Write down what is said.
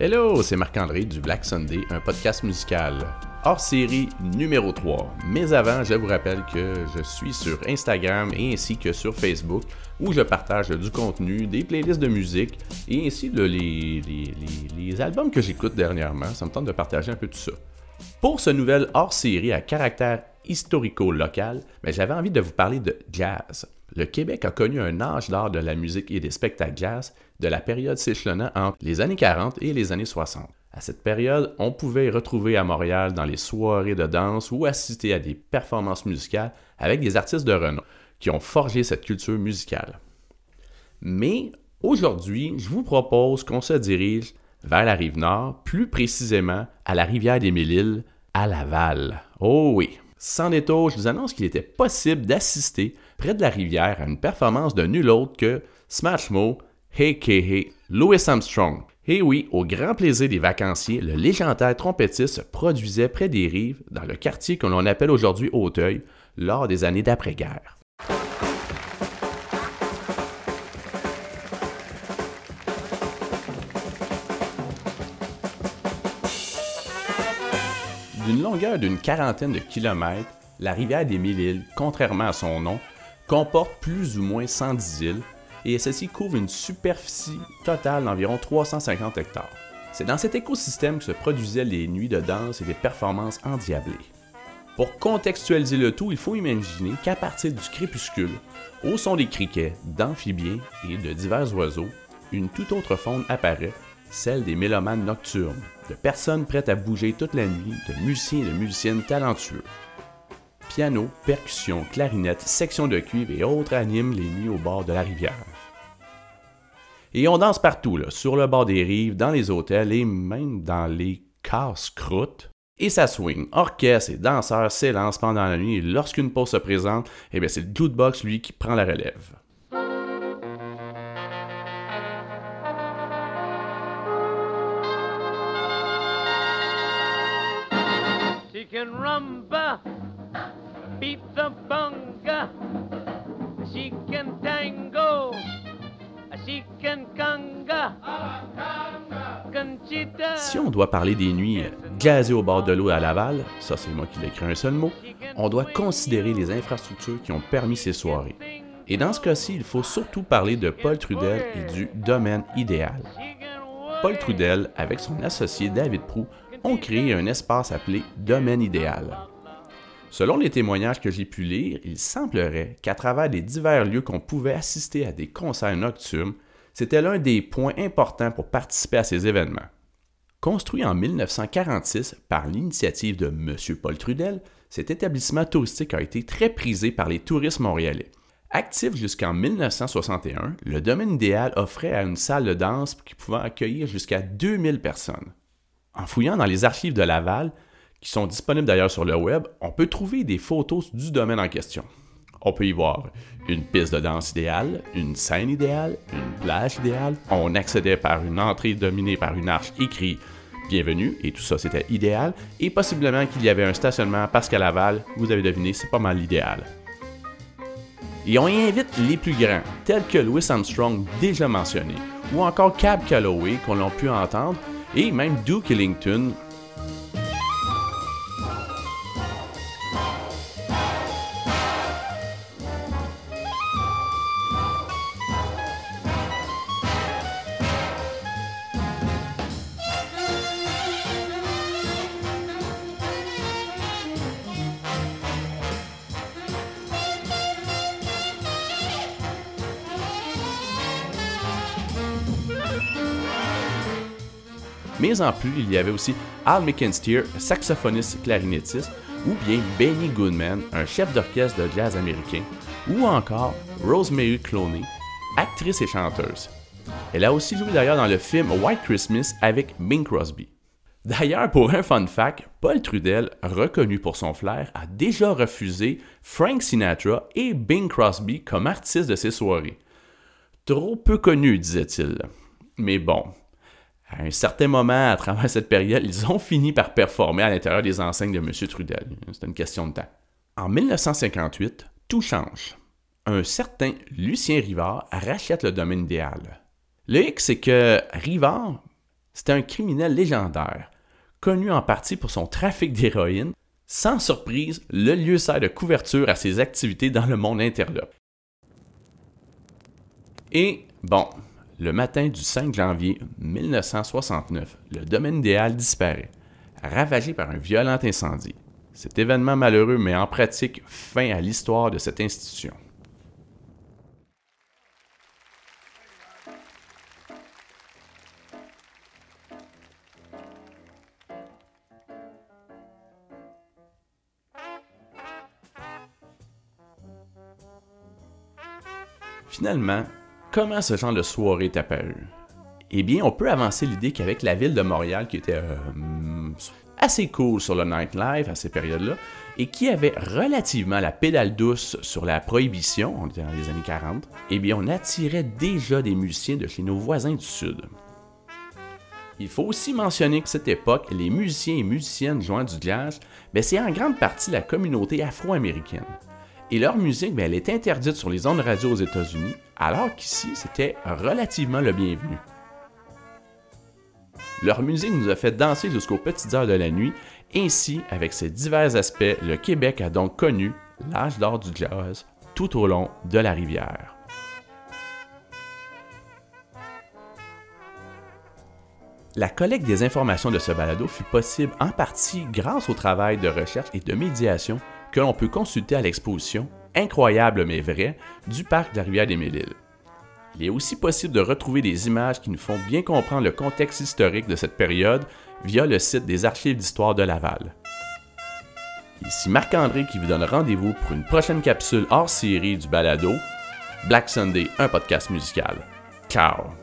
Hello, c'est Marc-André du Black Sunday, un podcast musical hors série numéro 3. Mais avant, je vous rappelle que je suis sur Instagram et ainsi que sur Facebook où je partage du contenu, des playlists de musique et ainsi les albums que j'écoute dernièrement. Ça me tente de partager un peu tout ça. Pour ce nouvel hors série à caractère historico-local, j'avais envie de vous parler de jazz. Le Québec a connu un âge d'or de la musique et des spectacles jazz de la période s'échelonnant entre les années 40 et les années 60. À cette période, on pouvait retrouver à Montréal dans les soirées de danse ou assister à des performances musicales avec des artistes de renom qui ont forgé cette culture musicale. Mais aujourd'hui, je vous propose qu'on se dirige vers la Rive-Nord, plus précisément à la rivière des Mille-Îles, à Laval. Oh oui! Sans détour, je vous annonce qu'il était possible d'assister près de la rivière à une performance de nul autre que Smash Mouth, a.k.a. Louis Armstrong. Et oui, au grand plaisir des vacanciers, le légendaire trompettiste se produisait près des rives, dans le quartier que l'on appelle aujourd'hui Auteuil, lors des années d'après-guerre. D'une longueur d'une quarantaine de kilomètres, la rivière des Mille-Îles, contrairement à son nom, comporte plus ou moins 110 îles et celle-ci couvre une superficie totale d'environ 350 hectares. C'est dans cet écosystème que se produisaient les nuits de danse et des performances endiablées. Pour contextualiser le tout, il faut imaginer qu'à partir du crépuscule, au son des criquets, d'amphibiens et de divers oiseaux, une toute autre faune apparaît, celle des mélomanes nocturnes, de personnes prêtes à bouger toute la nuit, de musiciens et de musiciennes talentueux. Piano, percussion, clarinette, section de cuivre et autres animent les nuits au bord de la rivière. Et on danse partout, là, sur le bord des rives, dans les hôtels et même dans les casse-croûtes. Et ça swing. Orchestre et danseurs s'élancent pendant la nuit et lorsqu'une pause se présente, c'est le jukebox, lui, qui prend la relève. She can rumba, beat the bunga, she can tango, she can conga, conchita. Si on doit parler des nuits jazzées au bord de l'eau à Laval, ça c'est moi qui l'ai écrit un seul mot, on doit considérer les infrastructures qui ont permis ces soirées. Et dans ce cas-ci, il faut surtout parler de Paul Trudel et du Domaine Idéal. Paul Trudel, avec son associé David Proulx, ont créé un espace appelé Domaine Idéal. Selon les témoignages que j'ai pu lire, il semblerait qu'à travers les divers lieux qu'on pouvait assister à des concerts nocturnes, c'était l'un des points importants pour participer à ces événements. Construit en 1946 par l'initiative de M. Paul Trudel, cet établissement touristique a été très prisé par les touristes montréalais. Actif jusqu'en 1961, le Domaine Idéal offrait à une salle de danse qui pouvait accueillir jusqu'à 2000 personnes. En fouillant dans les archives de Laval, qui sont disponibles d'ailleurs sur le web, on peut trouver des photos du domaine en question. On peut y voir une piste de danse idéale, une scène idéale, une plage idéale. On accédait par une entrée dominée par une arche écrite « Bienvenue » et tout ça c'était idéal. Et possiblement qu'il y avait un stationnement parce qu'à Laval, vous avez deviné, c'est pas mal l'idéal. Et on y invite les plus grands, tels que Louis Armstrong déjà mentionné, ou encore Cab Calloway qu'on l'a pu entendre, et même Duke Ellington. Mais en plus, il y avait aussi Al McIntyre, saxophoniste clarinettiste, ou bien Benny Goodman, un chef d'orchestre de jazz américain, ou encore Rosemary Clooney, actrice et chanteuse. Elle a aussi joué d'ailleurs dans le film White Christmas avec Bing Crosby. D'ailleurs, pour un fun fact, Paul Trudel, reconnu pour son flair, a déjà refusé Frank Sinatra et Bing Crosby comme artistes de ses soirées. Trop peu connus, disait-il. Mais bon, à un certain moment, à travers cette période, ils ont fini par performer à l'intérieur des enseignes de M. Trudel. C'est une question de temps. En 1958, tout change. Un certain Lucien Rivard rachète le Domaine Idéal. Le hic, c'est que Rivard C'était un criminel légendaire, connu en partie pour son trafic d'héroïne. Sans surprise, le lieu sert de couverture à ses activités dans le monde interlope. Et bon, le matin du 5 janvier 1969, le domaine idéal disparaît, ravagé par un violent incendie. Cet événement malheureux met en pratique fin à l'histoire de cette institution. Finalement, comment ce genre de soirée est apparu? Eh bien, on peut avancer l'idée qu'avec la ville de Montréal, qui était assez cool sur le nightlife à ces périodes-là, et qui avait relativement la pédale douce sur la prohibition, on était dans les années 40, eh bien, on attirait déjà des musiciens de chez nos voisins du Sud. Il faut aussi mentionner qu'à cette époque, les musiciens et musiciennes jouant du jazz, c'est en grande partie la communauté afro-américaine. Et leur musique, elle est interdite sur les ondes radio aux États-Unis, alors qu'ici, c'était relativement le bienvenu. Leur musique nous a fait danser jusqu'aux petites heures de la nuit. Ainsi, avec ses divers aspects, le Québec a donc connu l'âge d'or du jazz tout au long de la rivière. La collecte des informations de ce balado fut possible en partie grâce au travail de recherche et de médiation que l'on peut consulter à l'exposition « Incroyable mais vrai » du parc de la Rivière-des-Mille-Îles. Il est aussi possible de retrouver des images qui nous font bien comprendre le contexte historique de cette période via le site des Archives d'histoire de Laval. Ici Marc-André qui vous donne rendez-vous pour une prochaine capsule hors série du balado Black Sunday, un podcast musical. Ciao!